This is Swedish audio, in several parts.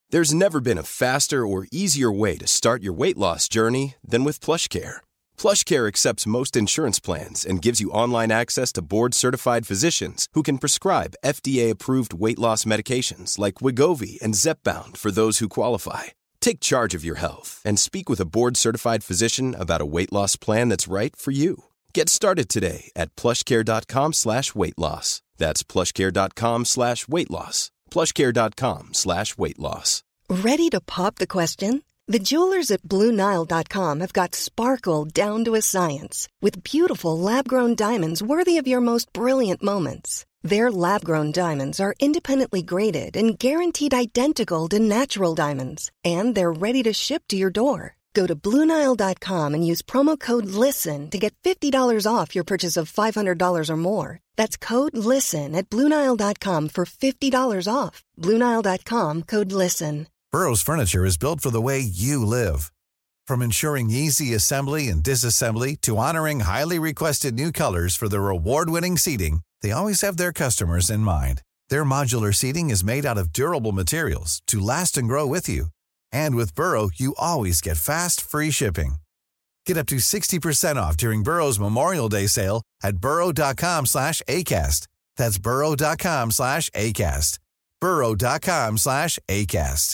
There's never been a faster or easier way to start your weight loss journey than with PlushCare. PlushCare accepts most insurance plans and gives you online access to board-certified physicians who can prescribe FDA-approved weight loss medications like Wegovy and Zepbound for those who qualify. Take charge of your health and speak with a board-certified physician about a weight loss plan that's right for you. Get started today at plushcare.com/weightloss. That's plushcare.com/weightloss. plushcare.com/weightloss. Ready to pop the question? The jewelers at BlueNile.com have got sparkle down to a science with beautiful lab-grown diamonds worthy of your most brilliant moments. Their lab-grown diamonds are independently graded and guaranteed identical to natural diamonds, and they're ready to ship to your door. Go to BlueNile.com and use promo code LISTEN to get $50 off your purchase of $500 or more. That's code LISTEN at BlueNile.com for $50 off. BlueNile.com, code LISTEN. Burrow's furniture is built for the way you live. From ensuring easy assembly and disassembly to honoring highly requested new colors for their award-winning seating, they always have their customers in mind. Their modular seating is made out of durable materials to last and grow with you. And with Burrow, you always get fast, free shipping. Get up to 60% off during Burrow's Memorial Day sale at burrow.com/ACAST. That's burrow.com/ACAST. burrow.com/ACAST.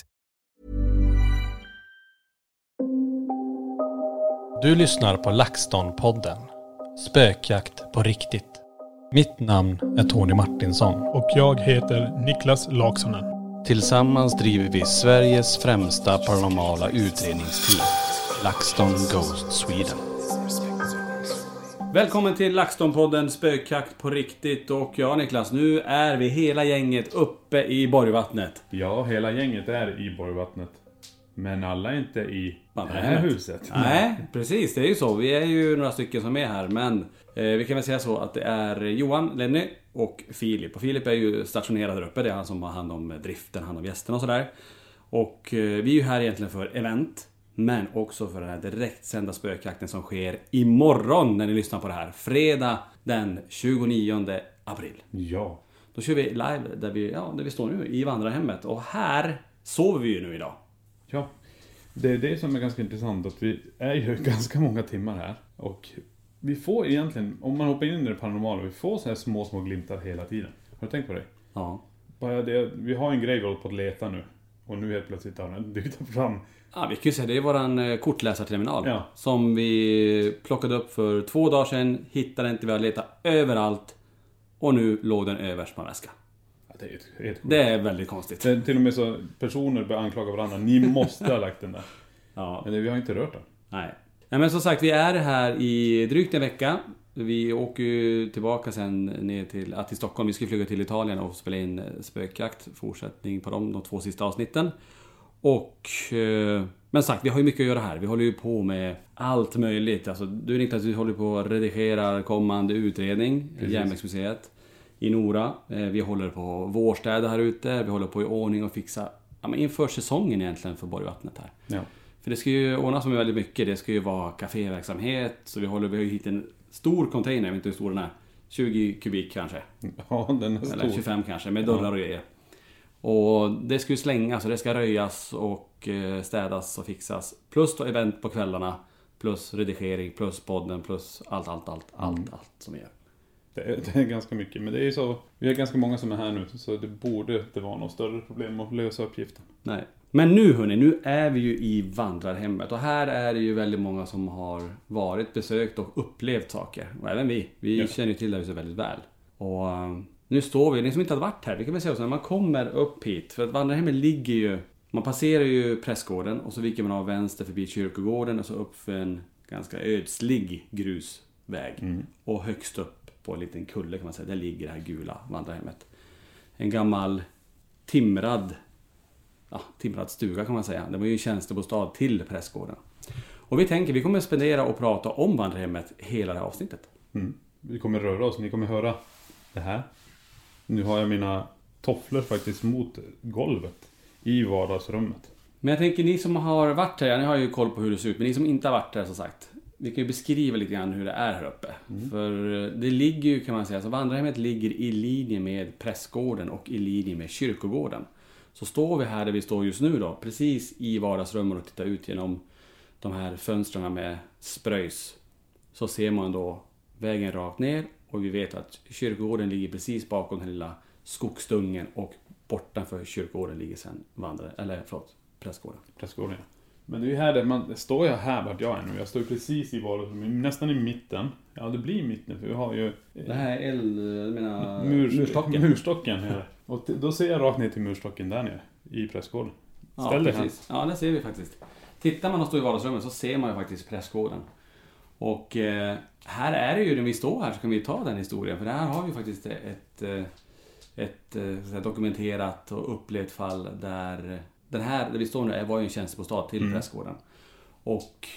Du lyssnar på LaxTon-podden. Spökjakt på riktigt. Mitt namn är Tony Martinsson. Och jag heter Niklas Laksonen. Tillsammans driver vi Sveriges främsta paranormala utredningsteam, LaxTon Ghost Sweden. Välkommen till LaxTon-podden Spökjakt på riktigt. Och ja, Niklas, nu är vi hela gänget uppe i Borgvattnet. Ja, hela gänget är i Borgvattnet. Men alla är inte i det här huset. Nej, precis. Det är ju så. Vi är ju några stycken som är här. Men vi kan väl säga så att det är Johan, Lenny och Filip. Och Filip är ju stationerad där uppe. Det är han som har hand om driften, hand om gästerna och sådär. Och vi är ju här egentligen för event. Men också för den här direktsända spökjakten som sker imorgon när ni lyssnar på det här. Fredag den 29 april. Ja. Då kör vi live där vi står nu i vandrarhemmet. Och här sover vi ju nu idag. Ja, det är det som är ganska intressant, att vi är ju ganska många timmar här. Och vi får egentligen, om man hoppar in i det paranormala, vi får så här små glimtar hela tiden. Har du tänkt på det? Ja. Bara det, vi har en grej vi håller på att leta nu. Och nu helt plötsligt har den dykt fram. Ja, vi kan ju säga det är våran kortläsarterminal. Ja. Som vi plockade upp för 2 dagar sedan. Hittade inte, vi har letat överallt. Och nu låg den överst på en väska. Det är helt det är väldigt konstigt. Det är till och med så personer börjar anklaga varandra. Ni måste ha lagt den där. Ja. Men vi har inte rört den. Nej, men som sagt, vi är här i drygt en vecka. Vi åker ju tillbaka sen ner till Stockholm. Vi ska flyga till Italien och spela in spökjakt. Fortsättning på de 2 sista avsnitten. Och men sagt, vi har ju mycket att göra här. Vi håller ju på med allt möjligt. Alltså, du Niklas, du håller på att redigera kommande utredning i Järnvägsmuseet i Nora. Vi håller på vårstäder här ute. Vi håller på i ordning och fixa inför säsongen egentligen för Borgvattnet här. Ja. För det ska ju ordnas med väldigt mycket. Det ska ju vara kaféverksamhet. Så vi har ju hittat en stor container, jag vet inte hur stor den är. 20 kubik kanske. Ja, den är stor. Eller 25 kanske, med dörrar och grejer. Och det ska ju slängas och det ska röjas och städas och fixas. Plus då event på kvällarna. Plus redigering, plus podden, plus allt som vi gör. Det är ganska mycket, men det är ju så. Vi är ganska många som är här nu, så det borde inte vara något större problem att lösa uppgiften. Nej. Men nu är vi ju i vandrarhemmet. Och här är det ju väldigt många som har varit, besökt och upplevt saker. Och även vi känner ju till det så väldigt väl. Och nu står vi, ni som inte har varit här, vi kan väl säga så, när man kommer upp hit. För att vandrarhemmet ligger ju, man passerar ju prästgården och så viker man av vänster förbi kyrkogården och så upp för en ganska ödslig grusväg. Och högst upp på en liten kulle kan man säga, där ligger det här gula vandrarhemmet. En gammal timrad stuga kan man säga. Det var ju en tjänstebostad till prästgården. Och vi tänker, vi kommer spendera och prata om vandrarhemmet hela det här avsnittet. Vi kommer röra oss, ni kommer höra det här. Nu har jag mina tofflor faktiskt mot golvet i vardagsrummet. Men jag tänker, ni som har varit här, ni har ju koll på hur det ser ut. Men ni som inte har varit här, som sagt, vi kan ju beskriva lite grann hur det är här uppe. För det ligger ju, kan man säga, så vandrarhemmet ligger i linje med prästgården och i linje med kyrkogården. Så står vi här där vi står just nu då, precis i vardagsrummet och tittar ut genom de här fönstren med spröjs. Så ser man då vägen rakt ner och vi vet att kyrkogården ligger precis bakom den lilla skogsdungen och bortanför kyrkogården ligger sen prästgården. Prästgården, ja. Men det är ju här där står jag här vart jag är nu. Jag står precis i vardagsrummet, nästan i mitten. Ja, det blir mitten för vi har ju... Det här murstocken. Murstocken här. Och då ser jag rakt ner till murstocken där nere i prästgården. Ja, precis. Ja, det ser vi faktiskt. Tittar man och står i vardagsrummet så ser man ju faktiskt prästgården. Och här är det ju, när vi står här så kan vi ta den historien. För här har vi faktiskt ett dokumenterat och upplevt fall där den här, där vi står nu, var ju en tjänstebostad till prästgården. Och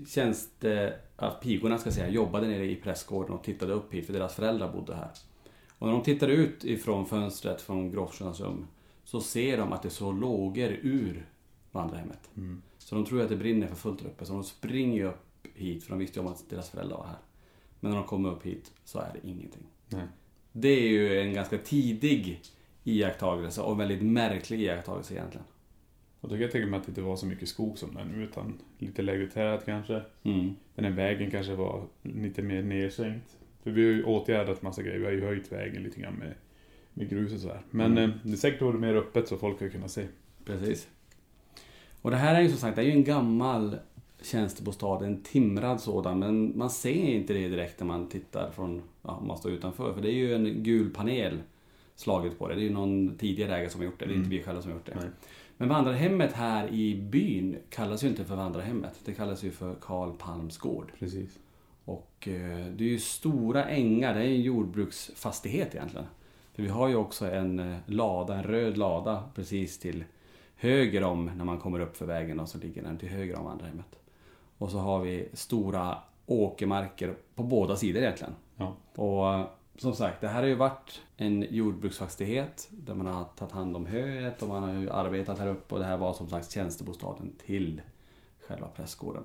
pigorna jobbade nere i prästgården och tittade upp hit för deras föräldrar bodde här. Och när de tittar ut ifrån fönstret från grovskönas rum så ser de att det så lågor ur vandrarhemmet. Så de tror att det brinner för fullt uppe. Så de springer upp hit för de visste ju om att deras föräldrar var här. Men när de kommer upp hit så är det ingenting. Nej. Det är ju en ganska tidig iakttagelse och en väldigt märklig iakttagelse egentligen. Och då kan jag tänka mig att det inte var så mycket skog som den utan lite lägre träd kanske. Den här vägen kanske var lite mer nedsänkt. För vi har ju åtgärdat massa grejer. Vi har ju höjt vägen lite grann med grus och sådär. Men det är säkert var det mer öppet så folk har kunnat se. Precis. Och det här är ju som sagt, det är ju en gammal tjänstebostad, en timrad sådan. Men man ser inte det direkt när man tittar från, om man står utanför. För det är ju en gul panel slaget på det. Det är ju någon tidigare ägare som har gjort det. Det är inte vi själva som har gjort det. Nej. Men vandrarhemmet här i byn kallas ju inte för vandrarhemmet. Det kallas ju för Karl Palms gård. Precis. Och det är ju stora ängar. Det är en jordbruksfastighet egentligen. För vi har ju också en röd lada precis till höger om när man kommer upp för vägen. Och så ligger den till höger om vandrarhemmet. Och så har vi stora åkermarker på båda sidor egentligen. Ja. Och som sagt, det här har ju varit en jordbruksfastighet där man har tagit hand om höet och man har ju arbetat här uppe och det här var som sagt tjänstebostaden till själva prästgården.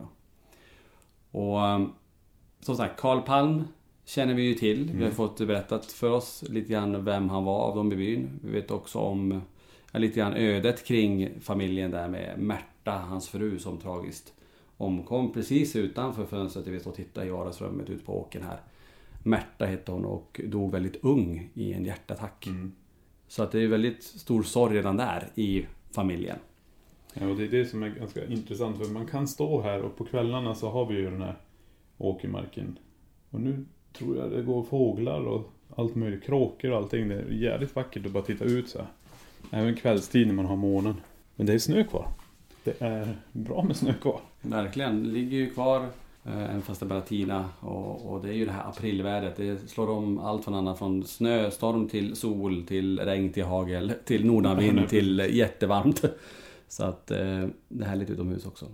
Och som sagt, Karl Palm känner vi ju till. Vi har fått berättat för oss lite grann vem han var av dem i byn. Vi vet också om lite grann ödet kring familjen där med Märta, hans fru, som tragiskt omkom precis utanför fönstret där vi står och tittar i vardagsrummet ut på åkern här. Märta hette hon och dog väldigt ung i en hjärtattack. Så att det är väldigt stor sorg redan där i familjen. Ja, och det är det som är ganska intressant för man kan stå här och på kvällarna så har vi ju den här åkermarken. Och nu tror jag det går fåglar och allt möjligt, kråkor och allting. Det är jävligt vackert att bara titta ut så här. Även kvällstid när man har månen. Men det är snö kvar. Det är bra med snö kvar. Verkligen, det ligger ju kvar även fast det bara tina och det är ju det här aprilvädret. Det slår om allt från annat, från snöstorm till sol, till regn, till hagel, till nordanvind, till jättevarmt. Så att det är härligt utomhus också.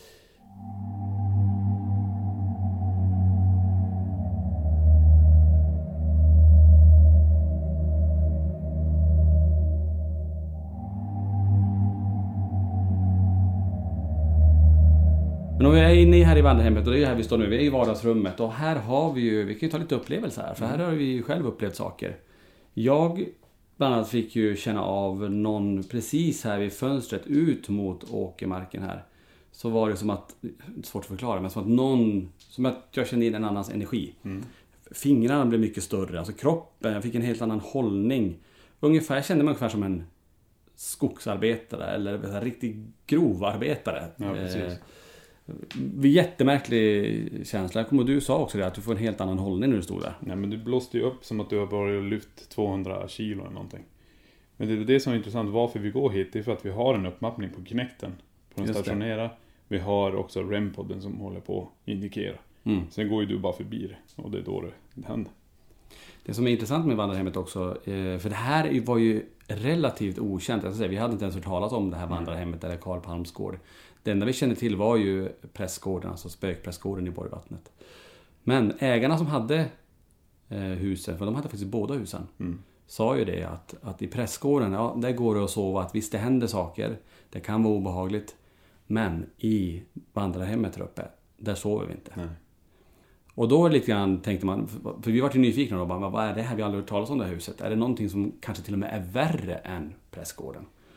Men om vi är inne här i vandrarhemmet och det är här vi står nu, vi är i vardagsrummet och här har vi ju, vi kan ju ta lite upplevelser här för här har vi ju själv upplevt saker. Jag bland annat fick ju känna av någon precis här vid fönstret ut mot åkermarken här. Så var det som att, svårt att förklara, men som att jag kände in en annans energi. Fingrarna blev mycket större, alltså kroppen, jag fick en helt annan hållning. Ungefär kände man ungefär som en skogsarbetare eller en riktigt grov arbetare. Ja, precis. Jättemärklig känsla. Och du sa också det, att du får en helt annan hållning när du stod där. Nej, men du blåste ju upp som att du har bara lyft 200 kilo eller någonting. Men det är det som är intressant. Varför vi går hit, det är för att vi har en uppmappning på Kinecten. På den stationära. Vi har också REM-podden som håller på att indikera. Sen går ju du bara förbi det. Och det är då det händer. Det som är intressant med vandrarhemmet också, för det här var ju relativt okänt. Jag ska säga, vi hade inte ens hört talas om det här vandrarhemmet eller Karl Palms gård. Det enda vi kände till var ju prästgården, alltså spökprästgården i Borgvattnet. Men ägarna som hade husen, för de hade faktiskt båda husen, sa ju det att i prästgården, ja, där går det att sova, att visst det händer saker, det kan vara obehagligt, men i vandrarhemmet där uppe, där sover vi inte. Nej. Och då lite grann tänkte man, för vi var ju nyfikna då, bara, vad är det här, vi har aldrig hört talas om det här huset, är det någonting som kanske till och med är värre än prästgården?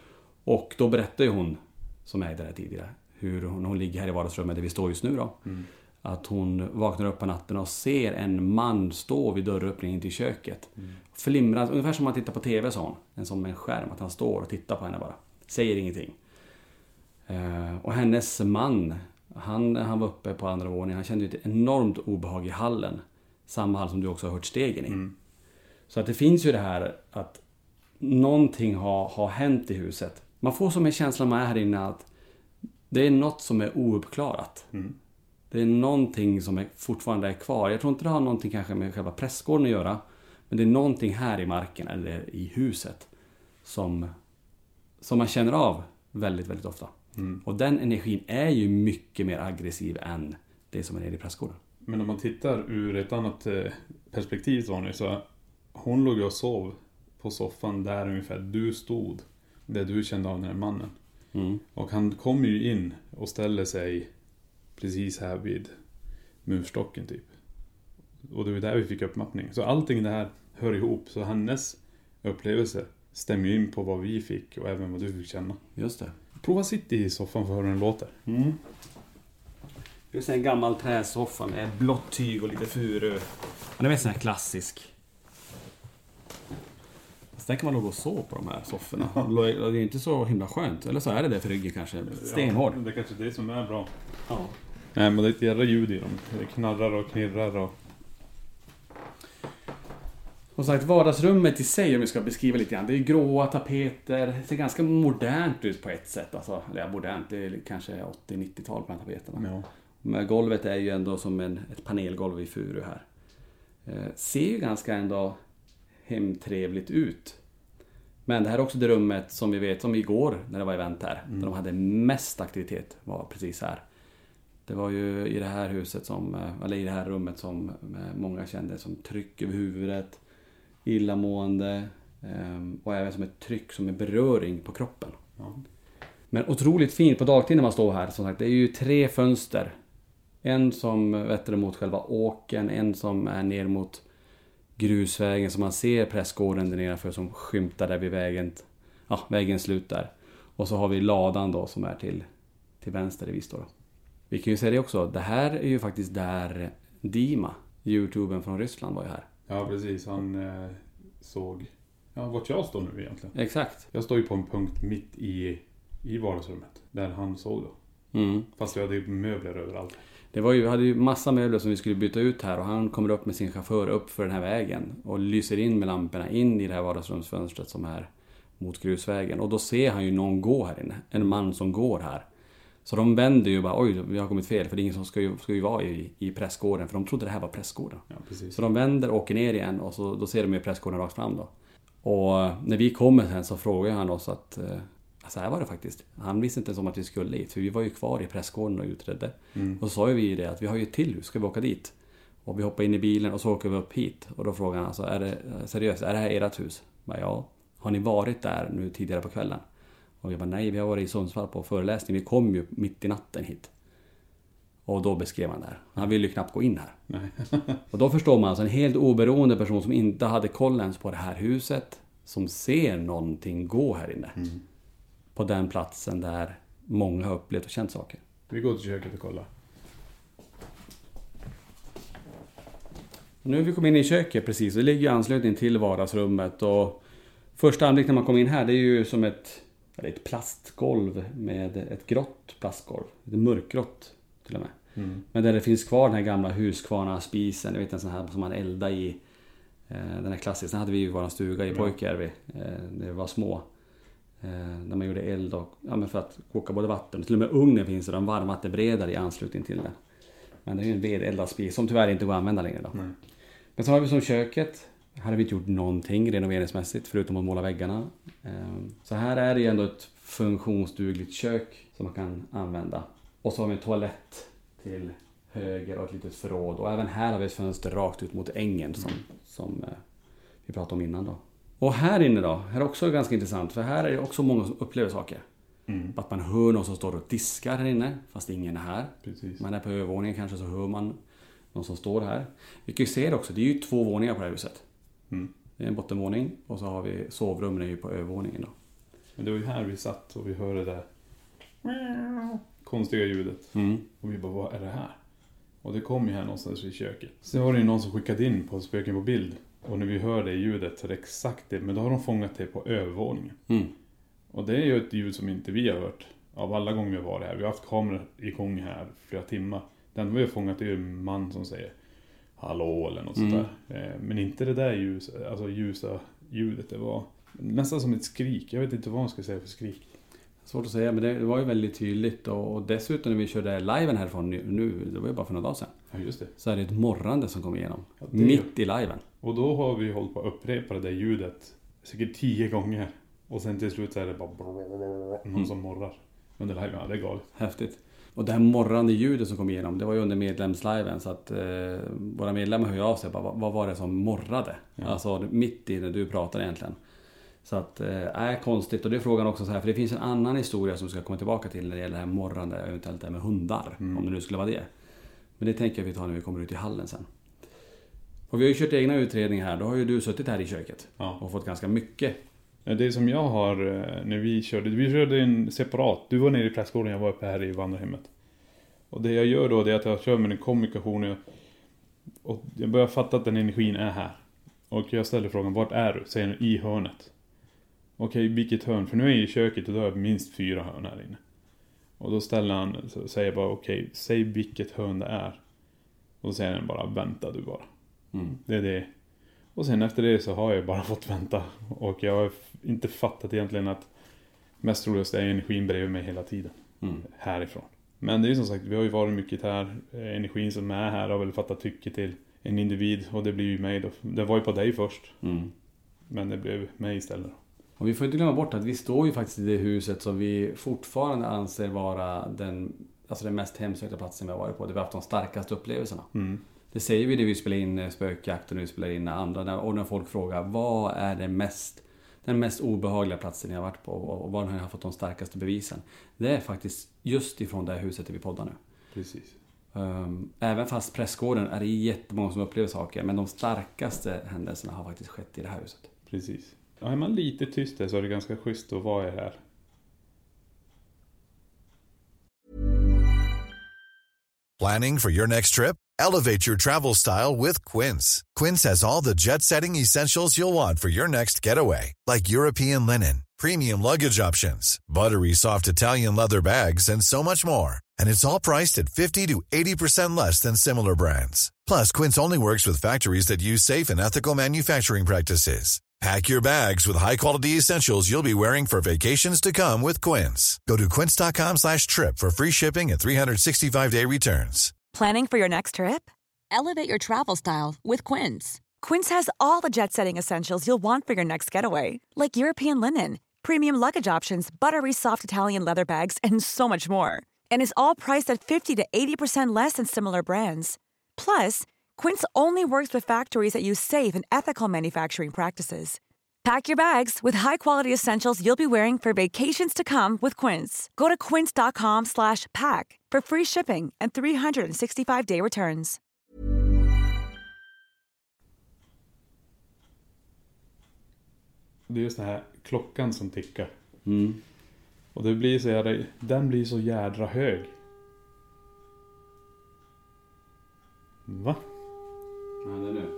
Och då berättar ju hon, som ägde det här tidigare, hur hon ligger här i vardagsrummet där vi står just nu då. Att hon vaknar upp på natten och ser en man stå vid dörröppningen till köket. Flimrar, ungefär som man tittar på tv, sa hon. En som en skärm, att han står och tittar på henne bara. Säger ingenting. Och hennes man, han var uppe på andra våningen. Han kände ett enormt obehag i hallen. Samma hall som du också har hört stegen i. Så att det finns ju det här att någonting har hänt i huset. Man får som en känsla med här inne att det är något som är ouppklarat. Det är någonting som fortfarande är kvar. Jag tror inte det har någonting kanske med själva prästgården att göra. Men det är någonting här i marken eller i huset som man känner av väldigt, väldigt ofta. Och den energin är ju mycket mer aggressiv än det som är nere i prästgården. Men om man tittar ur ett annat perspektiv, så hon låg och sov på soffan där ungefär du stod. Där du kände av den här mannen. Och han kom ju in och ställde sig precis här vid murstocken typ. Och det var där vi fick uppmappning. Så allting det här hör ihop. Så hennes upplevelse stämmer ju in på vad vi fick och även vad du fick känna. Just det. Prova sitta i soffan för att höra den låter. Det är en gammal träsoffa med blått tyg och lite furu. Den är väl sån här klassisk. Sen kan man nog gå så på de här sofforna. Det är inte så himla skönt. Eller så är det för ryggen kanske. Stenhård. Ja, det är kanske det som är bra. Ja. Nej, men det är ett jävla ljud i dem. Det knarrar och knirrar och... Som sagt, vardagsrummet i sig, om vi ska beskriva lite grann. Det är gråa tapeter. Det ser ganska modernt ut på ett sätt. Alltså, eller modernt, det är kanske 80-90-tal på de här tapeterna. Ja. Men golvet är ju ändå som ett panelgolv i furu här. Ser ju ganska ändå hemtrevligt ut. Men det här är också det rummet som vi vet som igår när det var event här. Där de hade mest aktivitet var precis här. Det var ju i det här huset eller i det här rummet som många kände som tryck över huvudet, illamående och även som ett tryck som en beröring på kroppen. Ja. Men otroligt fint på dagtid när man står här, som sagt. Det är ju 3 fönster. En som vetter mot själva åken, en som är ner mot grusvägen som man ser prästgården där nere för som skymtar där vid vägen slutar. Och så har vi ladan då som är till vänster i vi står. Vi kan ju säga det också, det här är ju faktiskt där Dima, YouTubern från Ryssland, var ju här. Ja, precis. Han såg... Ja, vart jag står nu egentligen. Exakt. Jag står ju på en punkt mitt i vardagsrummet. Där han såg då. Fast vi hade ju möbler överallt. Hade ju massa möbler som vi skulle byta ut här. Och han kommer upp med sin chaufför upp för den här vägen. Och lyser in med lamporna in i det här vardagsrumsfönstret som är mot grusvägen. Och då ser han ju någon gå här inne. En man som går här. Så de vänder ju bara, oj, vi har kommit fel. För det är ingen som ska ju vara i prästgården. För de trodde det här var prästgården. Ja, precis. Så de vänder och åker ner igen. Och då ser de ju prästgården rakt fram då. Och när vi kommer sen så frågar han oss att... Så här var det faktiskt. Han visste inte ens om att vi skulle dit. För vi var ju kvar i prästgården och utredde. Och så sa ju vi det att vi har ju ett till hus. Ska vi åka dit? Och vi hoppar in i bilen och så åker vi upp hit. Och då frågar han alltså, är det seriöst? Är det här ert hus? Ja. Har ni varit där nu tidigare på kvällen? Och jag bara, nej, vi har varit i Sundsvall på föreläsning. Vi kom ju mitt i natten hit. Och då beskrev han det här. Han ville ju knappt gå in här. Nej. Och då förstår man alltså en helt oberoende person som inte hade koll ens på det här huset. Som ser någonting gå här inne. På den platsen där många har upplevt och känt saker. Vi går till köket och kollar. Nu har vi kommit in i köket precis. Det ligger i anslutning till vardagsrummet. Och första anblick när man kommer in här, det är ju som ett plastgolv med ett grått plastgolv. Ett mörkgrått till och med. Men där det finns kvar den här gamla Husqvarna spisen. Jag vet en sån här som man eldar i. Den här klassiska. Sen hade vi ju vår stuga i Pojkjärvi. Det var små. När man gjorde eld och, men för att koka både vatten. Till och med ugnen finns det en varmvattenberedare i anslutning till den. Men det är ju en vedeldad spis som tyvärr inte går att använda längre då. Nej. Men så har vi som köket. Här har vi inte gjort någonting renoveringsmässigt förutom att måla väggarna. Så här är det ju ändå ett funktionsdugligt kök som man kan använda. Och så har vi en toalett till höger och ett litet förråd. Och även här har vi ett fönster rakt ut mot ängen som vi pratade om innan då. Och här inne då, här är också ganska intressant. För här är det också många som upplever saker. Att man hör någon som står och diskar här inne. Fast ingen är här. Precis. Man är på övervåningen kanske så hör man någon som står här. Vi kan ju se det också, det är ju 2 våningar på det här huset. Det är en bottenvåning och så har vi sovrummen ju på övervåningen då. Men det var ju här vi satt och vi hörde det där konstiga ljudet. Och vi bara, vad är det här? Och det kom ju här någonstans i köket. Sen var det ju någon som skickade in på spöken på bild. Och när vi hör det ljudet så är det exakt det. Men då har de fångat det på övervåningen. Och det är ju ett ljud som inte vi har hört. Av alla gånger vi har varit här. Vi har haft kameror igång här flera timmar. Den vi har fångat är ju en man som säger hallå eller något sånt där. Men inte det där ljusa ljudet. Det var nästan som ett skrik. Jag vet inte vad man ska säga för skrik. Svårt att säga, men det var ju väldigt tydligt. Och dessutom när vi körde liven härifrån nu, det var ju bara för några dagar sedan. Ja, just det. Så är det ett morrande som kommer igenom. Ja, mitt i liven. Och då har vi hållit på att upprepa det där ljudet säkert 10 gånger. Och sen till slut så är det bara någon som morrar under liven. Ja, det är galet. Häftigt. Och det här morrande ljudet som kom igenom, det var ju under medlemsliven. Så att våra medlemmar hör ju av sig. Bara, vad var det som morrade? Ja. Alltså mitt i när du pratar egentligen. Så att är konstigt. Och det är frågan också så här. För det finns en annan historia som ska komma tillbaka till när det gäller det här morrande. Eventuellt det med hundar. Om det nu skulle vara det. Men det tänker jag vi tar när vi kommer ut i hallen sen. Och vi har ju kört egna utredningar här. Då har ju du suttit här i köket. Ja. Och fått ganska mycket. Det som jag har när vi körde en separat. Du var nere i prästgården, jag var uppe här i vandrarhemmet. Och det jag gör då är att jag kör med en kommunikation. Och jag börjar fatta att den energin är här. Och jag ställer frågan, vart är du? Säger du, i hörnet. Okej, vilket hörn? För nu är jag i köket och då har jag minst 4 hörn här inne. Och då ställer han, så säger jag bara, okej, säg vilket hörn det är. Och då säger han bara, vänta du bara. Det är det. Och sen efter det så har jag bara fått vänta. Och jag har inte fattat egentligen att mest troligast är energin bredvid mig hela tiden. Härifrån. Men det är ju som sagt, vi har ju varit mycket här. Energin som är här har väl fattat tycke till en individ. Och det blir ju mig då. Det var ju på dig först. Men det blev mig istället. Och vi får inte glömma bort att vi står ju faktiskt i det huset som vi fortfarande anser vara den mest hemsökta platsen vi har varit på. Där vi har haft de starkaste upplevelserna. Det säger vi när vi spelar in spökjakt och när vi spelar in andra. Och när folk frågar, vad är den mest obehagliga platsen ni har varit på? Och var har ni fått de starkaste bevisen? Det är faktiskt just ifrån det här huset där vi poddar nu. Precis. Även fast prästgården är det jättemånga som upplever saker. Men de starkaste händelserna har faktiskt skett i det här huset. Precis. Ja, är man lite tyst där så är det ganska schysst att vara här. Planning for your next trip? Elevate your travel style with Quince. Quince has all the jet-setting essentials you'll want for your next getaway. Like European linen, premium luggage options, buttery soft Italian leather bags, and so much more. And it's all priced at 50 to 80% less than similar brands. Plus, Quince only works with factories that use safe and ethical manufacturing practices. Pack your bags with high-quality essentials you'll be wearing for vacations to come with Quince. Go to quince.com/trip for free shipping and 365-day returns. Planning for your next trip? Elevate your travel style with Quince. Quince has all the jet-setting essentials you'll want for your next getaway. Like European linen, premium luggage options, buttery soft Italian leather bags, and so much more. And is all priced at 50 to 80% less than similar brands. Plus, Quince only works with factories that use safe and ethical manufacturing practices. Pack your bags with high-quality essentials you'll be wearing for vacations to come with Quince. Go to quince.com/pack for free shipping and 365-day returns. Det är just den här klockan som tickar. Och det blir den blir så jädra hög. Va? Vad händer nu?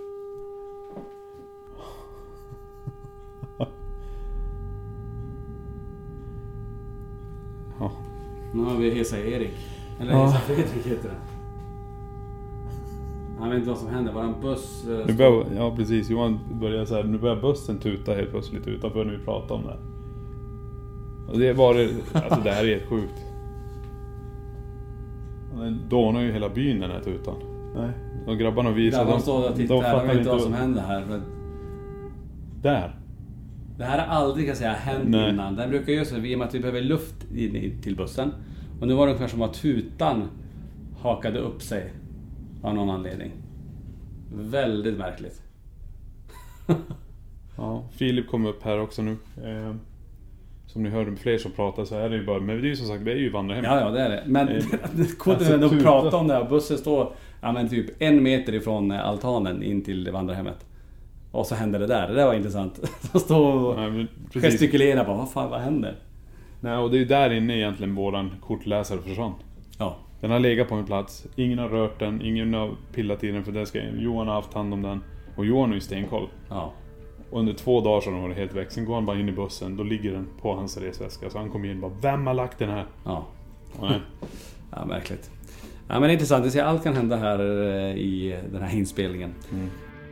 Ja. Nu har vi Hesa Erik. Eller Hesa Fredrik heter det. Han vet inte vad som händer. Var en buss... Ja, precis. Johan börjar så här. Nu börjar bussen tuta helt plötsligt utanför när vi pratar om det. Och det är bara... Alltså det här är helt sjukt. Den dånar ju hela byn den här tutan. Nej. Och grabbarna visar... De står och tittar. De vet inte vad som händer här. Men... Där. Det här har aldrig kan säga hänt innan. Den brukar ju så i och med att vi behöver luft in till bussen. Och nu var det ungefär som att tutan hakade upp sig av någon anledning. Väldigt märkligt. Ja, Filip kom upp här också nu. Som ni hörde med fler som pratar så är det ju bara... Men det är ju som sagt, vi är ju vandrarhem. Ja, det är det. Men kunde ändå prata om det här. Bussen står typ 1 meter ifrån altanen in till vandrarhemmet. Och så hände det där. Det var intressant. Så stå och gestikulera bara, vad händer? Nej, och det är där inne egentligen våran kortläsare försvann. Ja. Den har legat på en plats. Ingen har rört den. Ingen har pillat i den, för det ska Johan har haft hand om den. Och Johan har ju stenkoll. Ja. Och under 2 dagar så har den varit helt väck. Sen går han bara in i bussen. Då ligger den på hans resväska. Så han kommer in och bara, vem har lagt den här? Ja. Nej. Ja, märkligt. Ja, men det är intressant. Det ser allt kan hända här i den här inspelningen. Mm.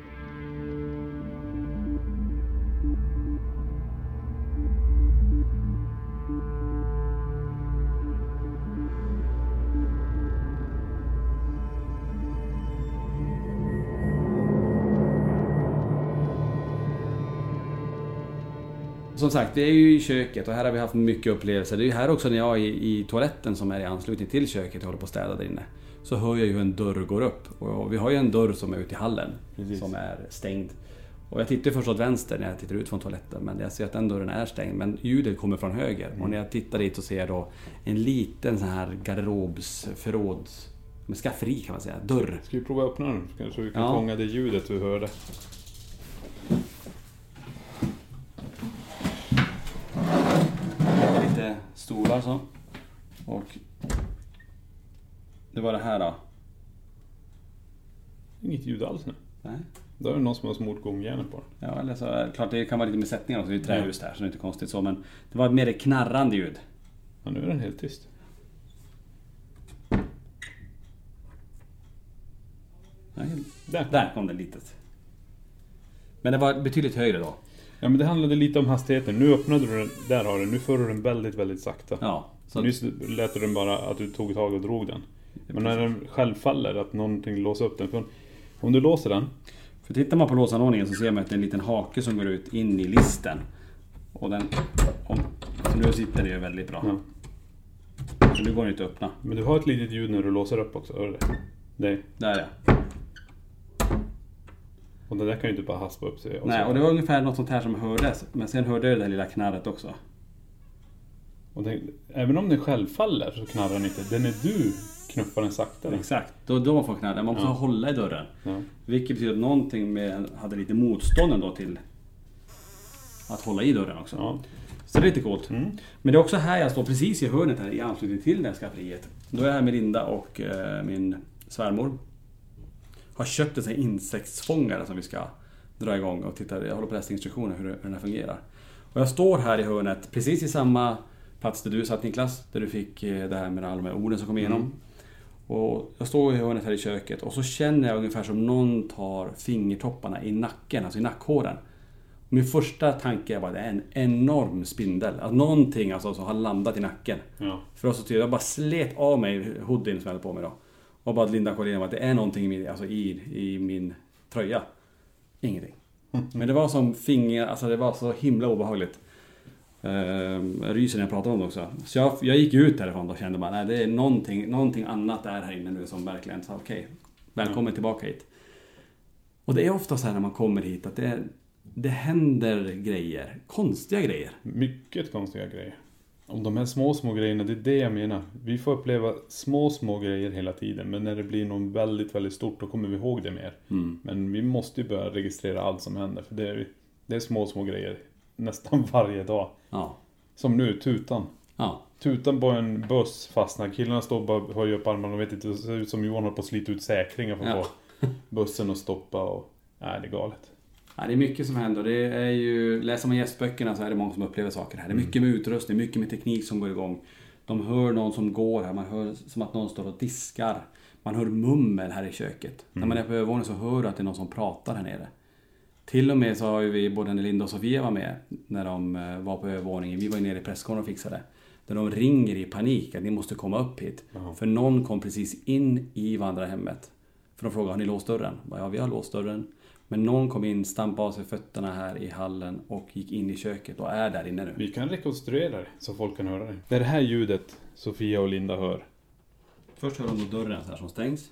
Som sagt, vi är ju i köket och här har vi haft mycket upplevelser. Det är ju här också när jag är i toaletten som är i anslutning till köket och håller på att städa där inne. Så hör jag ju hur en dörr går upp. Och vi har ju en dörr som är ute i hallen. Precis. Som är stängd. Och jag tittar först åt vänster när jag tittar ut från toaletten. Men jag ser att den dörren är stängd. Men ljudet kommer från höger. Och när jag tittar dit så ser jag då en liten sån här garderobsförråds... med skafferi kan man säga. Dörr. Ska vi prova att öppna den? Så vi kan fånga det ljudet vi hörde. Lite stolar så. Och det var det här då. Inget ljud alls nu. Nej. Då är det någon som har smort gångjärnet på den. Ja, eller så, klart det kan vara lite med sättningar också. Det är trähus där så det är inte konstigt så. Men det var mer knarrande ljud. Ja, nu är den helt tyst. Nej, där kom det litet. Men det var betydligt högre då. Ja, men det handlade lite om hastigheten. Nu öppnade du den, där har du. Nu för du den väldigt, väldigt sakta. Ja. Så nyss lät du den bara att du tog tag och drog den. Men när den själv faller, att någonting låser upp den. För om du låser den... För tittar man på låsanordningen så ser man att det är en liten hake som går ut in i listen. Och den... så nu sitter det ju väldigt bra. Ja. Så nu går den inte att öppna. Men du har ett litet ljud när du låser upp också, hör du det? Nej. Där ja. Och det där kan ju inte bara haspa upp sig. Nej, och det var ungefär något sånt här som hördes. Men sen hörde jag det där lilla knarret också. Och även om den själv faller så knarrar den inte. Den är du knuffar den saktare. Exakt, då får knarra. Man måste hålla i dörren. Ja. Vilket betyder att någonting hade lite motstånd ändå till att hålla i dörren också. Ja. Så det är lite coolt. Mm. Men det är också här jag står precis i hörnet här i anslutning till det här skafferiet. Då är jag här med Linda och min svärmor. Har köpt en sån här insektsfångare som vi ska dra igång och titta. Jag håller på att läsa instruktioner hur den här fungerar. Och jag står här i hörnet precis i samma plats där du satt, Niklas. Där du fick det här med alla de här orden som kom igenom. Mm. Och jag står i hörnet här i köket och så känner jag ungefär som någon tar fingertopparna i nacken, alltså i nackhåren. Min första tanke är bara att det är en enorm spindel. Att någonting alltså, som har landat i nacken. Ja. För oss så tydligt, jag bara slet av mig hoodien som jag hade på mig då. Och bara Linda kollade att det är någonting i min tröja. Ingenting. Men det var som alltså det var så himla obehagligt. Jag ryser när jag pratar om det också. Så jag gick ut därifrån och kände bara, nej, det är någonting annat där här inne nu som verkligen sa okej, välkommen tillbaka hit. Och det är ofta så här när man kommer hit att det händer grejer, konstiga grejer. Mycket konstiga grejer. Om de här små grejerna, det är det jag menar. Vi får uppleva små grejer hela tiden. Men när det blir något väldigt, väldigt stort, då kommer vi ihåg det mer. Mm. Men vi måste ju börja registrera allt som händer. För det är små grejer nästan varje dag. Ja. Som nu, tutan. Ja. Tutan på en buss fastnar. Killarna står och bara höjer upp armarna och vet inte. Det ser ut som Johan har på att slita ut säkringar för att få bussen att stoppa. Och, nej, det är galet. Ja, det är mycket som händer. Det är ju, läser man gästböckerna så är det många som upplever saker här. Det är mycket med utrustning, mycket med teknik som går igång. De hör någon som går här. Man hör som att någon står och diskar. Man hör mummel här i köket. När man är på övervåningen så hör du att det är någon som pratar här nere. Till och med så har ju vi, både Linda och Sofia var med när de var på övervåningen. Vi var ju nere i presskorren och fixade. Där de ringer i panik att ni måste komma upp hit. För någon kom precis in i vandrarhemmet. För de frågade, har ni låst dörren? Ja, vi har låst dörren. Men någon kom in, stampade av sig fötterna här i hallen och gick in i köket och är där inne nu. Vi kan rekonstruera det så folk kan höra det. Det är det här ljudet Sofia och Linda hör. Först hör de då dörren här som stängs.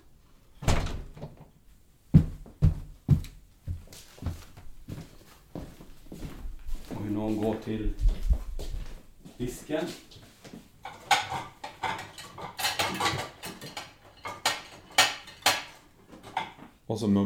Och hur någon går till disken. Och så mummel.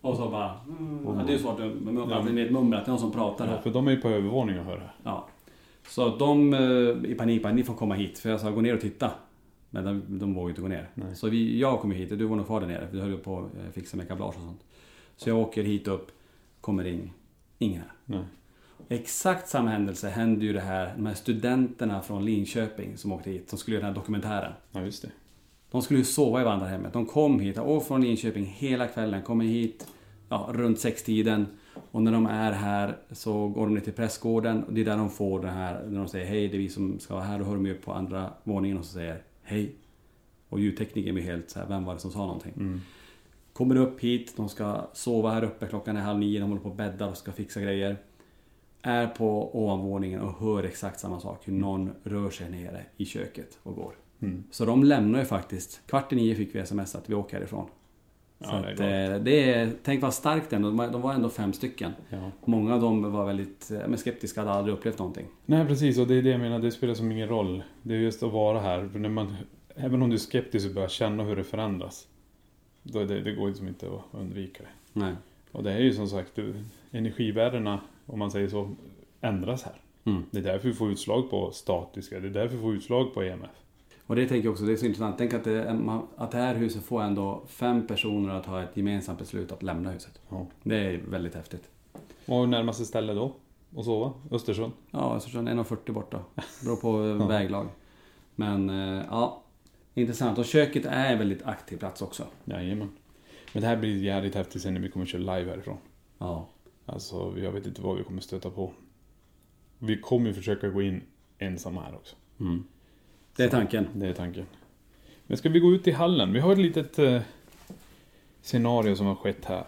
Och så bara... det är svårt att med ett mummer att det är någon som pratar här. För de är ju på övervåningen och hör här. Ja. Så de i panik bara, ni får komma hit. För jag sa, gå ner och titta. Men de vågade inte gå ner. Nej. Så jag kom hit och du var nog kvar där nere. För du höll på att fixa med kablage och sånt. Så jag åker hit upp, kommer in. Ingen här. Nej. Exakt samma händelse hände ju det här. De här studenterna från Linköping som åkte hit. Som skulle göra den här dokumentären. Ja, just det. De skulle ju sova i vandrarhemmet. De kom hit och från Linköping hela kvällen. Kommer hit runt 6-tiden. Och när de är här så går de ner till pressgården. Och det är där de får det här. När de säger hej, det är vi som ska vara här. Då hör de ju upp på andra våningen och så säger hej. Och ljudtekniken är helt så här, vem var det som sa någonting? Kommer upp hit, de ska sova här uppe. Klockan är 8:30, de håller på att bädda och ska fixa grejer. Är på ovanvåningen och hör exakt samma sak. Hur någon rör sig nere i köket och går. Så de lämnar ju faktiskt. 8:45 fick vi sms att vi åker härifrån. Ja, så att, tänk vad starkt ändå. De var ändå 5 stycken. Ja. Många av dem var väldigt skeptiska, hade aldrig upplevt någonting. Nej, precis. Och det är det jag menar. Det spelar som ingen roll. Det är just att vara här. För även om du är skeptisk och börjar känna hur det förändras. Då det går liksom inte att undvika det. Nej. Och det är ju som sagt, energivärdena, om man säger så, ändras här. Det är därför vi får utslag på statiska. Det är därför vi får utslag på EMF. Och det tänker jag också, det är så intressant. Tänk att det här huset får ändå 5 personer att ha ett gemensamt beslut att lämna huset. Ja. Det är väldigt häftigt. Och närmaste ställe då? Och sova? Östersund? Ja, Östersund 1:40 borta. Beror på väglag. Men intressant. Och köket är en väldigt aktiv plats också. Jajamän. Men det här blir jävligt häftigt sen när vi kommer köra live härifrån. Ja. Alltså, jag vet inte vad vi kommer stöta på. Vi kommer ju försöka gå in ensamma här också. Det är tanken. Det är tanken. Men ska vi gå ut i hallen? Vi har ett litet scenario som har skett här.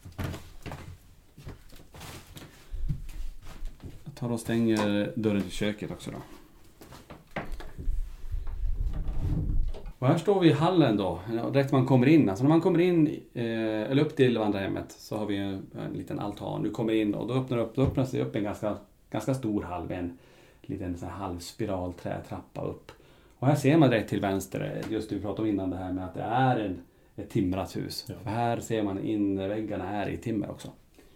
Jag tar och stänger dörren till köket också då. Och här står vi i hallen då. Direkt man kommer in. Alltså när man kommer in eller upp till vandrarhemmet så har vi en liten altan. Du kommer in och då öppnas det upp en ganska stor hall med en liten sån här halvspiral trätrappa upp. Och här ser man direkt till vänster, just det vi pratade om innan det här med att det är ett timrat hus. Ja. För här ser man inväggarna är i timmer också.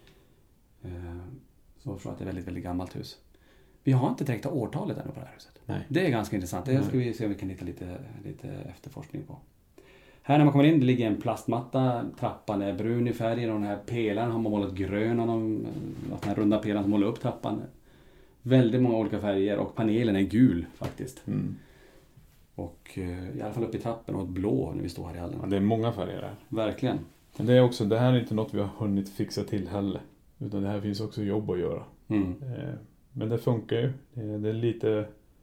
Så jag tror att det är väldigt, väldigt gammalt hus. Vi har inte direkt årtalet ännu på det här huset. Nej. Det är ganska intressant. Det ska vi se om vi kan hitta lite efterforskning på. Här när man kommer in, det ligger en plastmatta. Trappan är brun i färgen och den här pelaren har man målat grön. Den här runda pelaren som målar upp trappan. Väldigt många olika färger och panelen är gul faktiskt. Och i alla fall upp i trappen och ett blå när vi står här i hallen. Ja, det är många färger här. Verkligen. Men det här är inte något vi har hunnit fixa till heller. Utan det här finns också jobb att göra. Men det funkar ju. Det är lite,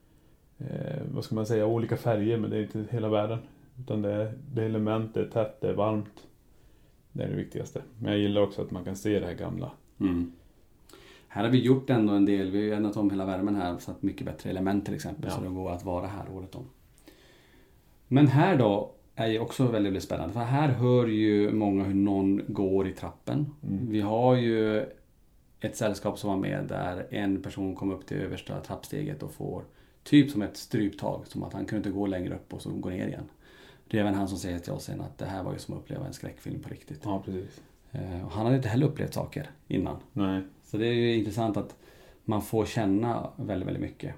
vad ska man säga, olika färger, men det är inte hela världen. Utan det är element, det är tätt, det är varmt. Det är det viktigaste. Men jag gillar också att man kan se det här gamla. Här har vi gjort ändå en del. Vi har ändrat om hela värmen här. Så att mycket bättre element till exempel. Ja. Så det går att vara här året om. Men här då är ju också väldigt, väldigt spännande. För här hör ju många hur någon går i trappen. Vi har ju ett sällskap som var med där en person kom upp till översta trappsteget och får typ som ett stryptag. Som att han kunde inte gå längre upp och så gå ner igen. Det är även han som säger till oss sen att det här var ju som att uppleva en skräckfilm på riktigt. Ja, precis. Och han hade inte heller upplevt saker innan. Nej. Så det är ju intressant att man får känna väldigt, väldigt mycket.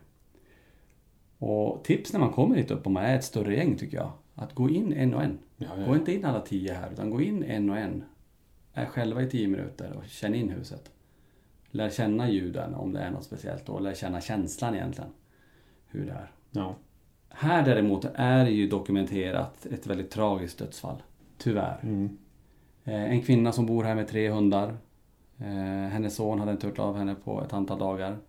Och tips när man kommer hit upp, om man är ett större gäng tycker jag. Att gå in en och en. Ja. Gå inte in alla 10 här, utan gå in en och en. Är själva i 10 minuter och känn in huset. Lär känna ljuden om det är något speciellt. Och lär känna känslan egentligen. Hur det är. Ja. Här däremot är det ju dokumenterat ett väldigt tragiskt dödsfall. Tyvärr. En kvinna som bor här med 3 hundar. Hennes son hade inte hört av henne på ett antal dagar.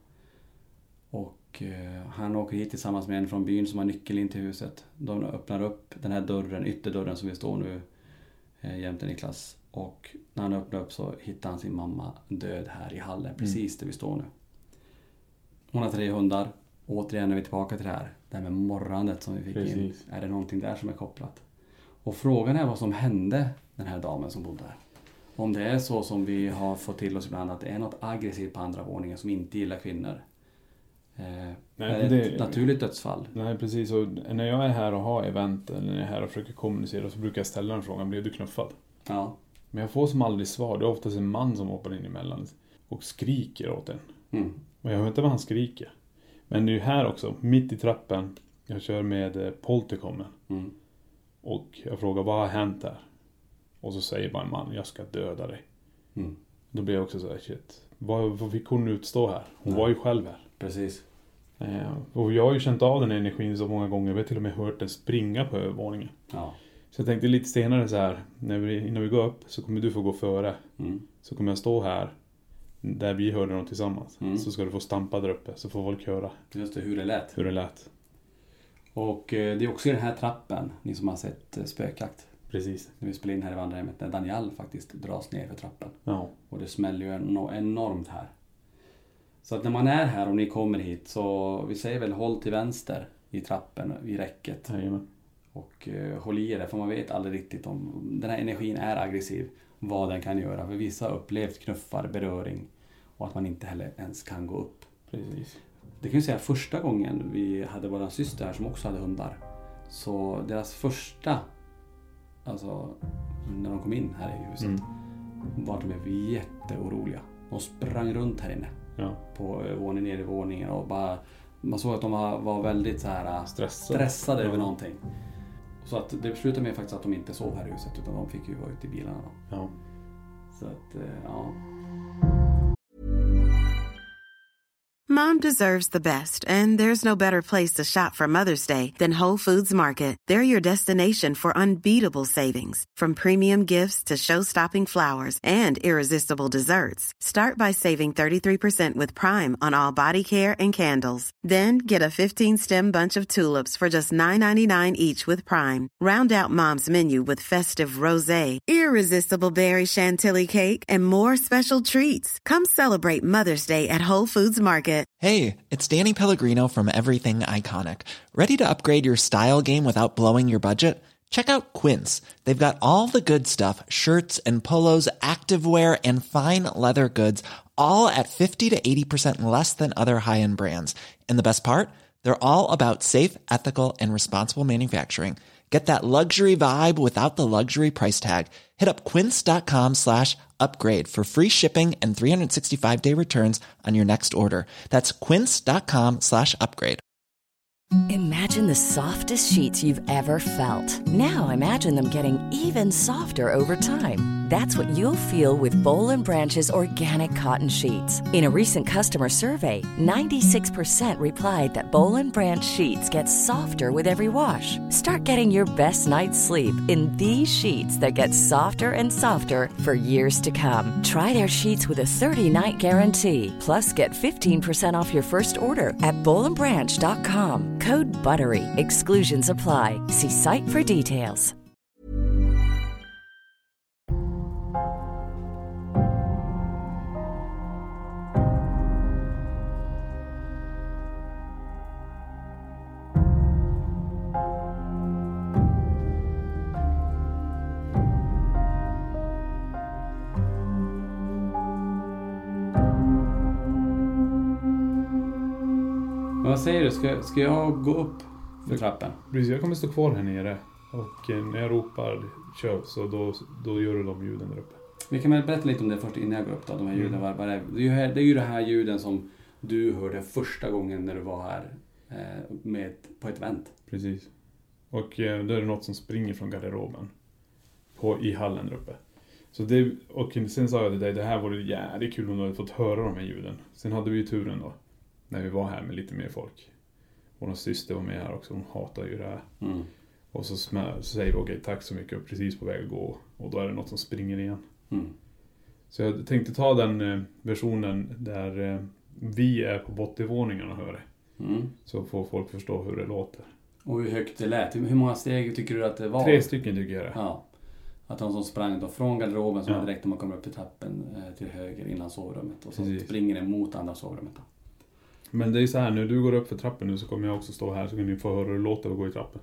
Och han åker hit tillsammans med en från byn som har nyckel in till huset. De öppnar upp den här dörren, ytterdörren som vi står nu jämte Niklas. Och när han öppnar upp så hittar han sin mamma död här i hallen. Precis där vi står nu. Hon har 3 hundar. Återigen är vi tillbaka till det här. Det här med morrandet som vi fick in. Är det någonting där som är kopplat? Och frågan är vad som hände den här damen som bodde här. Om det är så som vi har fått till oss ibland att det är något aggressivt på andra våningen som inte gillar kvinnor. Nej, är det ett naturligt dödsfall? Nej, precis. Och när jag är här och har event eller när jag är här och försöker kommunicera så brukar jag ställa den frågan, blev du knuffad? Ja. Men jag får som aldrig svar. Det är oftast en man som hoppar in emellan och skriker åt en. Och jag hör inte vad han skriker. Men det är ju här också, mitt i trappen. Jag kör med Poltercomen. Och jag frågar, vad har hänt här? Och så säger bara en man, jag ska döda dig. Då blir jag också så här, shit. Vad fick hon utstå här? Hon var ju själv här. Precis. Och jag har ju känt av den energin så många gånger. Jag har till och med hört den springa på övervåningen. Ja. Så jag tänkte lite senare så här, innan vi går upp så kommer du få gå före. Så kommer jag stå här där vi hörde dem tillsammans. Så ska du få stampa där uppe så får folk höra. Just det, hur det lät. Och det är också i den här trappen, ni som har sett spökjakt. Precis. När vi spelar in här i vandrarhemmet, när Daniel faktiskt dras ner för trappen. Ja. Och det smäller ju enormt här. Så att när man är här och ni kommer hit så vi säger väl håll till vänster i trappen, i räcket. Jajamän. Och håll i det, för man vet aldrig riktigt om den här energin är aggressiv. Vad den kan göra. För vissa har upplevt knuffar, beröring. Och att man inte heller ens kan gå upp. Precis. Det kan ju säga första gången vi hade våra syster här som också hade hundar. Så deras första, alltså när de kom in här i huset, var de blev jätteoroliga. De sprang runt här inne. Ja. På nedervåningen och bara, man såg att de var väldigt så här stressade över någonting. Så att det slutade med faktiskt att de inte sov här i huset utan de fick ju vara ute i bilarna då. Ja. Så att, ja. Mom deserves the best, and there's no better place to shop for Mother's Day than Whole Foods Market. They're your destination for unbeatable savings, from premium gifts to show-stopping flowers and irresistible desserts. Start by saving 33% with Prime on all body care and candles. Then get a 15-stem bunch of tulips for just $9.99 each with Prime. Round out Mom's menu with festive rosé, irresistible berry chantilly cake, and more special treats. Come celebrate Mother's Day at Whole Foods Market. Hey, it's Danny Pellegrino from Everything Iconic. Ready to upgrade your style game without blowing your budget? Check out Quince. They've got all the good stuff, shirts and polos, activewear, and fine leather goods, all at 50 to 80% less than other high-end brands. And the best part? They're all about safe, ethical, and responsible manufacturing. Get that luxury vibe without the luxury price tag. Hit up quince.com/upgrade for free shipping and 365-day returns on your next order. That's quince.com/upgrade. Imagine the softest sheets you've ever felt. Now imagine them getting even softer over time. That's what you'll feel with Boll & Branch's organic cotton sheets. In a recent customer survey, 96% replied that Boll & Branch sheets get softer with every wash. Start getting your best night's sleep in these sheets that get softer and softer for years to come. Try their sheets with a 30-night guarantee. Plus, get 15% off your first order at bollandbranch.com. Code BUTTERY. Exclusions apply. See site for details. Vad säger du? Ska jag gå upp för trappen? Precis, jag kommer stå kvar här nere. Och när jag ropar kör så då gör du de ljuden där uppe. Vi kan väl berätta lite om det först innan jag går upp då. De här ljuden, vad är det? Det är ju det här ljuden som du hörde första gången när du var här på ett event. Precis. Och då är det något som springer från garderoben i hallen där uppe. Så och sen sa jag till dig, det här vore jävligt kul om du hade fått höra de här ljuden. Sen hade vi ju turen då. När vi var här med lite mer folk. Vår syster var med här också. Hon hatar ju det här. Och så säger vi okej, tack så mycket. Och precis på väg att gå. Och då är det något som springer igen. Så jag tänkte ta den versionen där vi är på bottenvåningen och hör det. Så får folk förstå hur det låter. Och hur högt det lät. Hur många steg tycker du att det var? 3 stycken tycker jag det. Ja. Att de som sprang då från garderoben som direkt när man kommer upp i trappen till höger innan sovrummet. Och så springer det mot andra sovrummet då. Men det är så här, när du går upp för trappen nu så kommer jag också stå här så kan ni få höra hur det låter att gå i trappen.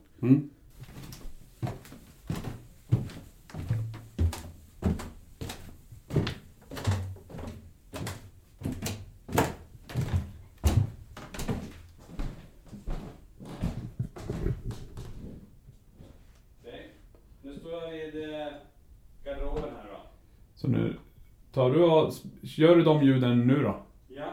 Nu står jag vid garderoben här då. Så nu gör du de ljuden nu då? Ja.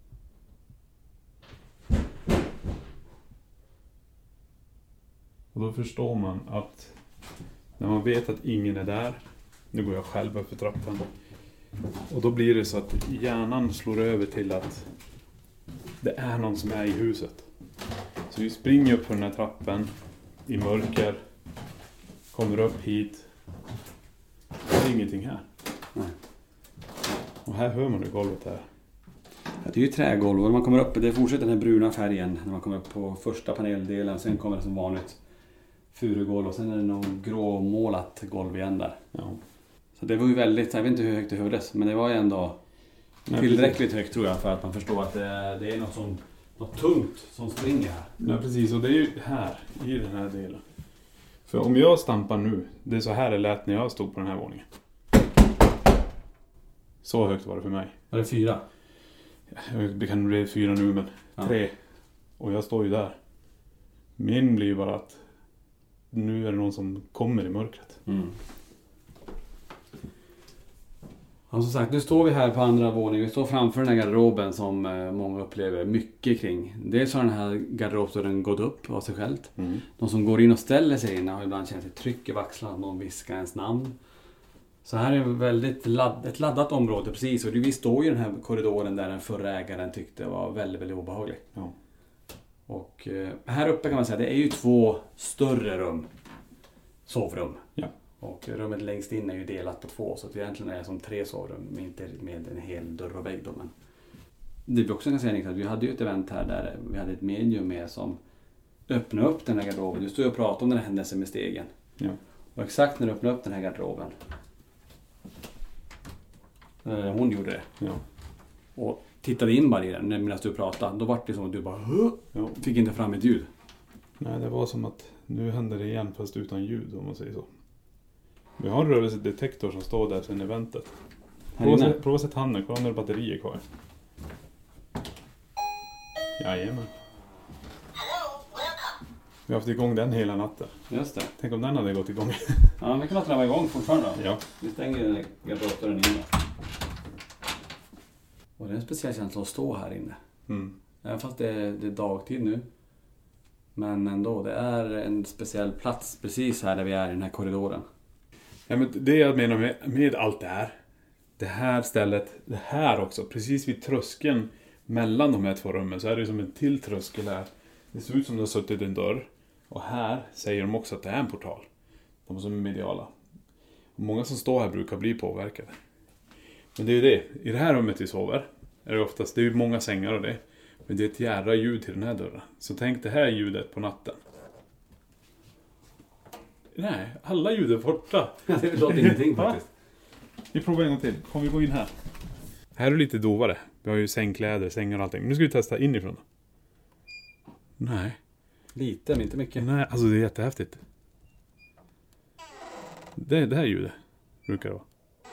Och då förstår man att när man vet att ingen är där, nu går jag själv upp för trappan, och då blir det så att hjärnan slår över till att det är någon som är i huset. Så vi springer upp på den här trappen i mörker, kommer upp hit, det är ingenting här. Nej. Och här hör man ju golvet här. Det är ju trägolv och när man kommer upp, det fortsätter den här bruna färgen när man kommer upp på första paneldelen. Sen kommer det som vanligt furugolv och sen är det någon gråmålat golv igen där. Ja. Så det var ju väldigt, jag vet inte hur högt det hördes, men det var ju ändå tillräckligt högt tror jag för att man förstår att det är något tungt som springer här. Ja precis, och det är ju här i den här delen. För om jag stampar nu, det är så här det lät när jag stod på den här våningen. Så högt var det för mig. Var det 4? Det kan bli 4 nu, men 3. Och jag står ju där. Min blir ju bara att nu är det någon som kommer i mörkret. Mm. Ja, som sagt, nu står vi här på andra våningen. Vi står framför den här garderoben som många upplever mycket kring. Dels har den här garderobsdörren gått upp av sig själv. Mm. De som går in och ställer sig in har ibland känt ett tryck i vaxlarna. Någon viskar ens namn. Så här är väldigt ett laddat område precis. Och vi står i den här korridoren där den förra ägaren tyckte var väldigt, väldigt obehaglig. Ja. Och här uppe kan man säga det är ju 2 större rum. Sovrum. Ja. Och rummet längst in är ju delat på 2. Så det egentligen är som 3 sovrum. Men inte med en hel dörr och vägg då. Men det vi också kan säga Niklas, vi hade ju ett event här där vi hade ett medium med som öppnade upp den här garderoben. Du stod och pratade om den här händelsen med stegen. Ja. Och exakt när du öppnade upp den här garderoben. Hon gjorde det. Ja. Och tittade in bara i den medan du pratade. Då var det som att du bara fick inte fram ett ljud. Nej, det var som att nu händer det igen fast utan ljud om man säger så. Vi har en rörelsedetektor som står där sedan eventet. Prova att sätta handen, kolla när batterier kvar. Jajamän. Vi har haft igång den hela natten. Just det. Tänk om den hade gått igång. Ja, vi kan vara igång fortfarande då. Ja. Vi stänger garderobsdörren inne. Och det är en speciell känsla att stå här inne. Mm. Även fast det är dagtid nu. Men ändå, det är en speciell plats precis här där vi är i den här korridoren. Ja, men det jag menar med allt det här stället, det här också, precis vid tröskeln mellan de här 2 rummen så är det som en till tröskel här. Det ser ut som det har suttit en dörr. Och här säger de också att det är en portal. De som är mediala. Och många som står här brukar bli påverkade. Men det är ju det. I det här rummet vi sover är det oftast, det är ju många sängar och det. Men det är ett jävla ljud till den här dörren. Så tänk det här ljudet på natten. Nej, alla ljud är borta. Det låter ingenting faktiskt. Vi provar en gång till. Kom vi gå in här. Här är det lite dovare. Vi har ju sängkläder, sängar och allting. Nu ska vi testa inifrån. Nej. Lite, men inte mycket. Nej, alltså det är jättehäftigt. Det här ljudet brukar det vara.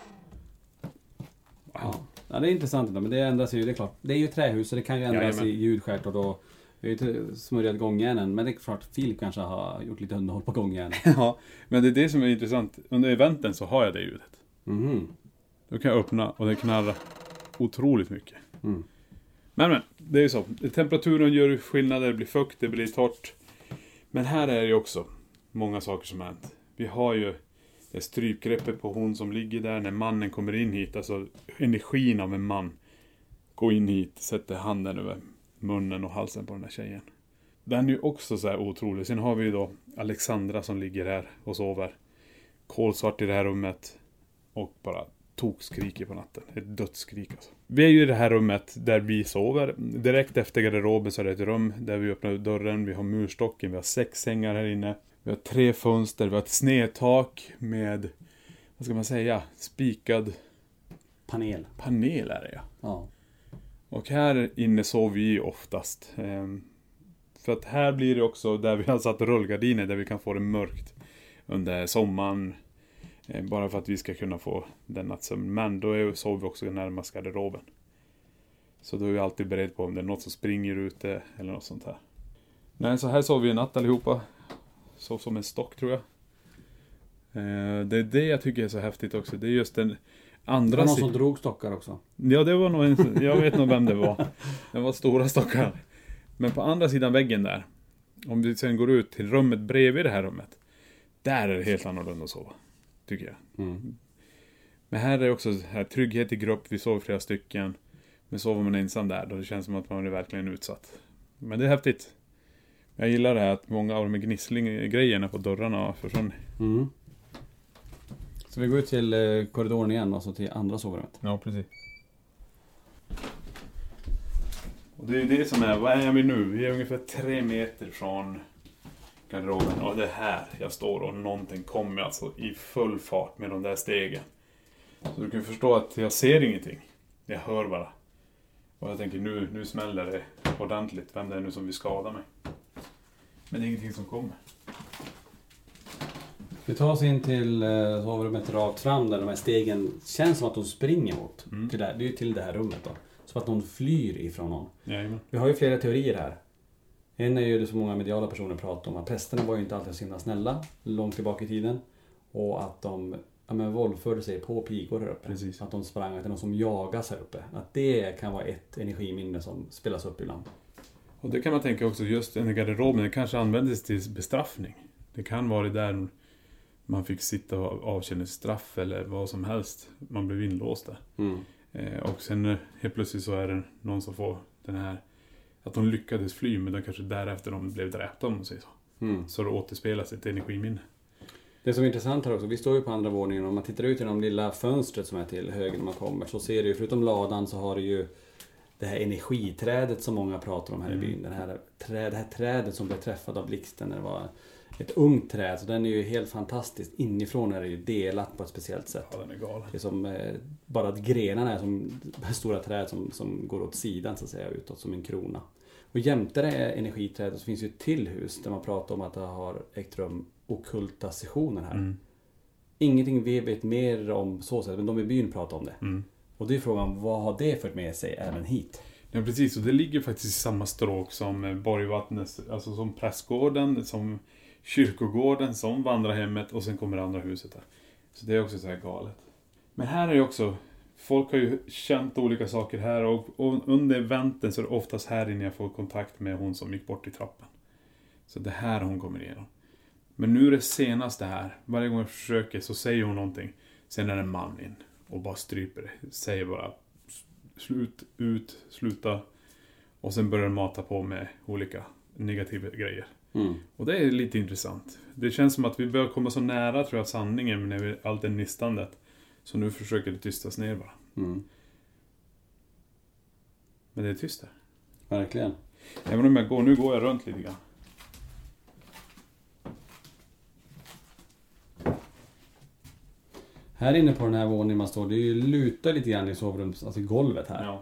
Wow. Ja, det är intressant men det ändras ju, det är klart. Det är ju trähus så det kan ju ändras i ljudskärт och då är ju inte smörjat gångjärnen. Men det är klart, Filip kanske har gjort lite underhåll på gångjärnen. Ja, men det är det som är intressant. Under eventen så har jag det ljudet. Mm. Då kan jag öppna och det knarrar otroligt mycket. Mm. Men, det är ju så. Temperaturen gör skillnader, det blir fukt, det blir torrt. Men här är det ju också många saker som har hänt. Vi har ju det strypgreppet på hon som ligger där när mannen kommer in hit. Alltså energin av en man går in hit, sätter handen över munnen och halsen på den här tjejen. Den är ju också så här otrolig. Sen har vi ju då Alexandra som ligger här och sover. Kolsvart i det här rummet. Och bara tokskriker på natten. Ett dödsskrik alltså. Vi är ju i det här rummet där vi sover. Direkt efter garderoben så är det ett rum där vi öppnar dörren. Vi har murstocken, vi har 6 sängar här inne. Vi har 3 fönster, vi har ett snedtak med, vad ska man säga, spikad panel är det ja. Och här inne sover vi oftast. För att här blir det också där vi har satt rullgardiner där vi kan få det mörkt under sommaren. Bara för att vi ska kunna få den nattsömn. Men då sover vi också närmast garderoben. Så då är vi alltid beredd på om det är något som springer ute eller något sånt här. Nej, så här sover vi en natt allihopa. Så som en stock tror jag. Det är det jag tycker är så häftigt också. Det är just andra någon som drog stockar också. Ja, det var nog jag vet nog vem det var. Det var stora stockar. Men på andra sidan väggen där, om vi sen går ut till rummet bredvid det här rummet, där är det helt annorlunda att sova, tycker jag. Men här är det också här, trygghet i grupp, vi sover flera stycken. Men sover man ensam där, då det känns som att man är verkligen utsatt. Men det är häftigt. Jag gillar det här att många av de gnissling-grejerna på dörrarna har försvunnit. Så vi går ut till korridoren igen och så till andra sovrummet. Ja, precis. Och det är det som är, vad är vi nu? Vi är ungefär 3 meter från garderoben. Och det här jag står och någonting kommer alltså i full fart med de där stegen. Så du kan förstå att jag ser ingenting. Jag hör bara. Och jag tänker nu smäller det ordentligt. Vem det är nu som vill skada mig. Men det är ingenting som kommer. Vi tar oss in till sovrummet rakt fram där de här stegen känns som att de springer mot. Det är ju till det här rummet då. Som att någon flyr ifrån någon. Jajamän. Vi har ju flera teorier här. En är ju det som många mediala personer pratar om. Att prästerna var ju inte alltid så himla snälla. Långt tillbaka i tiden. Och att de våldförde sig på pigor här uppe. Precis. Att de sprang, att det är någon som jagas här uppe. Att det kan vara ett energiminne som spelas upp ibland. Och det kan man tänka också, just den garderoben, det kanske användes till bestraffning. Det kan vara där man fick sitta och avtjäna straff eller vad som helst. Man blev inlåst där. Och sen helt plötsligt så är det någon som får den här, att de lyckades fly, men det kanske därefter de blev dräpta, om man säger så. Så det återspelas ett energiminne. Det som är intressant här också, vi står ju på andra våningen och om man tittar ut genom lilla fönstret som är till höger när man kommer, så ser du ju, förutom ladan så har du ju det här energiträdet som många pratar om här i byn. Det här trädet som blev träffad av blixten när det var ett ungt träd. Så den är ju helt fantastisk. Inifrån är det ju delat på ett speciellt sätt. Ja, den är galen. Det är som bara att grenarna är som stora träd som går åt sidan så att säga, utåt som en krona. Och jämte det energiträdet så finns ju ett till hus där man pratar om att det har ägt rum ockulta sessioner här. Ingenting vi vet mer om så sätt, men de i byn pratar om det. Och det är frågan, vad har det fört med sig även hit? Ja, precis. Och det ligger faktiskt i samma stråk som Borgvattnet, alltså som prästgården, som kyrkogården, som vandrarhemmet och sen kommer det andra huset där. Så det är också så här galet. Men här är ju också, folk har ju känt olika saker här och under eventen så är det oftast här inne jag får kontakt med hon som gick bort i trappan. Så det här hon kommer igenom. Men nu är det senaste här. Varje gång jag försöker så säger hon någonting. Sen är det en man in och bara stryper det. Säger bara sluta. Och sen börjar den mata på med olika negativa grejer. Och det är lite intressant. Det känns som att vi börjar komma så nära, tror jag, sanningen med allt det nistandet. Så nu försöker det tystas ner bara. Men det är tyst där. Verkligen. Även om nu går jag runt lite grann. Här inne på den här våningen man står, det är ju lutar lite grann i sovrums, alltså golvet här.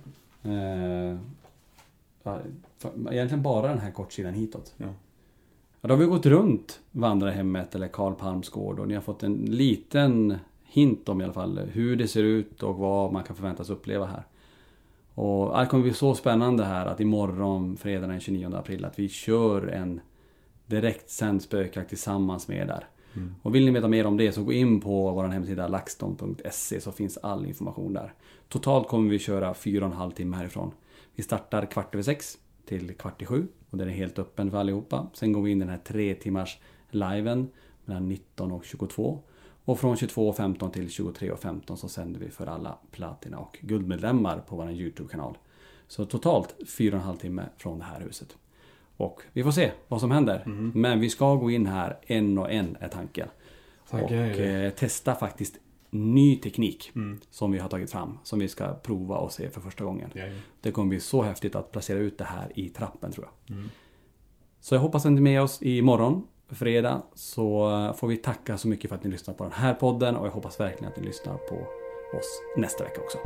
Ja. Egentligen bara den här kortsidan hitåt. Ja. Då har vi gått runt vandrarhemmet eller Karl Palms gård och ni har fått en liten hint om i alla fall hur det ser ut och vad man kan förväntas uppleva här. Och allt kommer bli så spännande här att imorgon, fredag den 29 april, att vi kör en direkt sänd spökjakt tillsammans med där. Och vill ni veta mer om det så gå in på vår hemsida laxton.se så finns all information där. Totalt kommer vi köra 4,5 timmar härifrån. Vi startar 6:15 till 6:45 och den är helt öppen för allihopa. Sen går vi in i den här 3 timmars liven mellan 19 och 22. Och från 22:15 till 23:15 så sänder vi för alla platina och guldmedlemmar på vår YouTube-kanal. Så totalt 4,5 timmar från det här huset. Och vi får se vad som händer. Men vi ska gå in här en och en är tanken. Och testa faktiskt ny teknik som vi har tagit fram. Som vi ska prova och se för första gången. Det kommer bli så häftigt att placera ut det här i trappen, tror jag. Så jag hoppas att ni är med oss imorgon, fredag. Så får vi tacka så mycket för att ni lyssnar på den här podden. Och jag hoppas verkligen att ni lyssnar på oss nästa vecka också.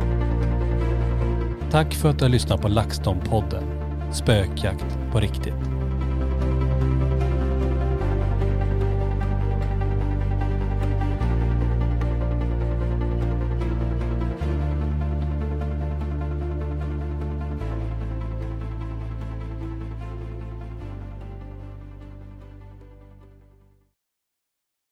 Tack för att du har lyssnat på LaxTon-podden. Spökjakt på riktigt.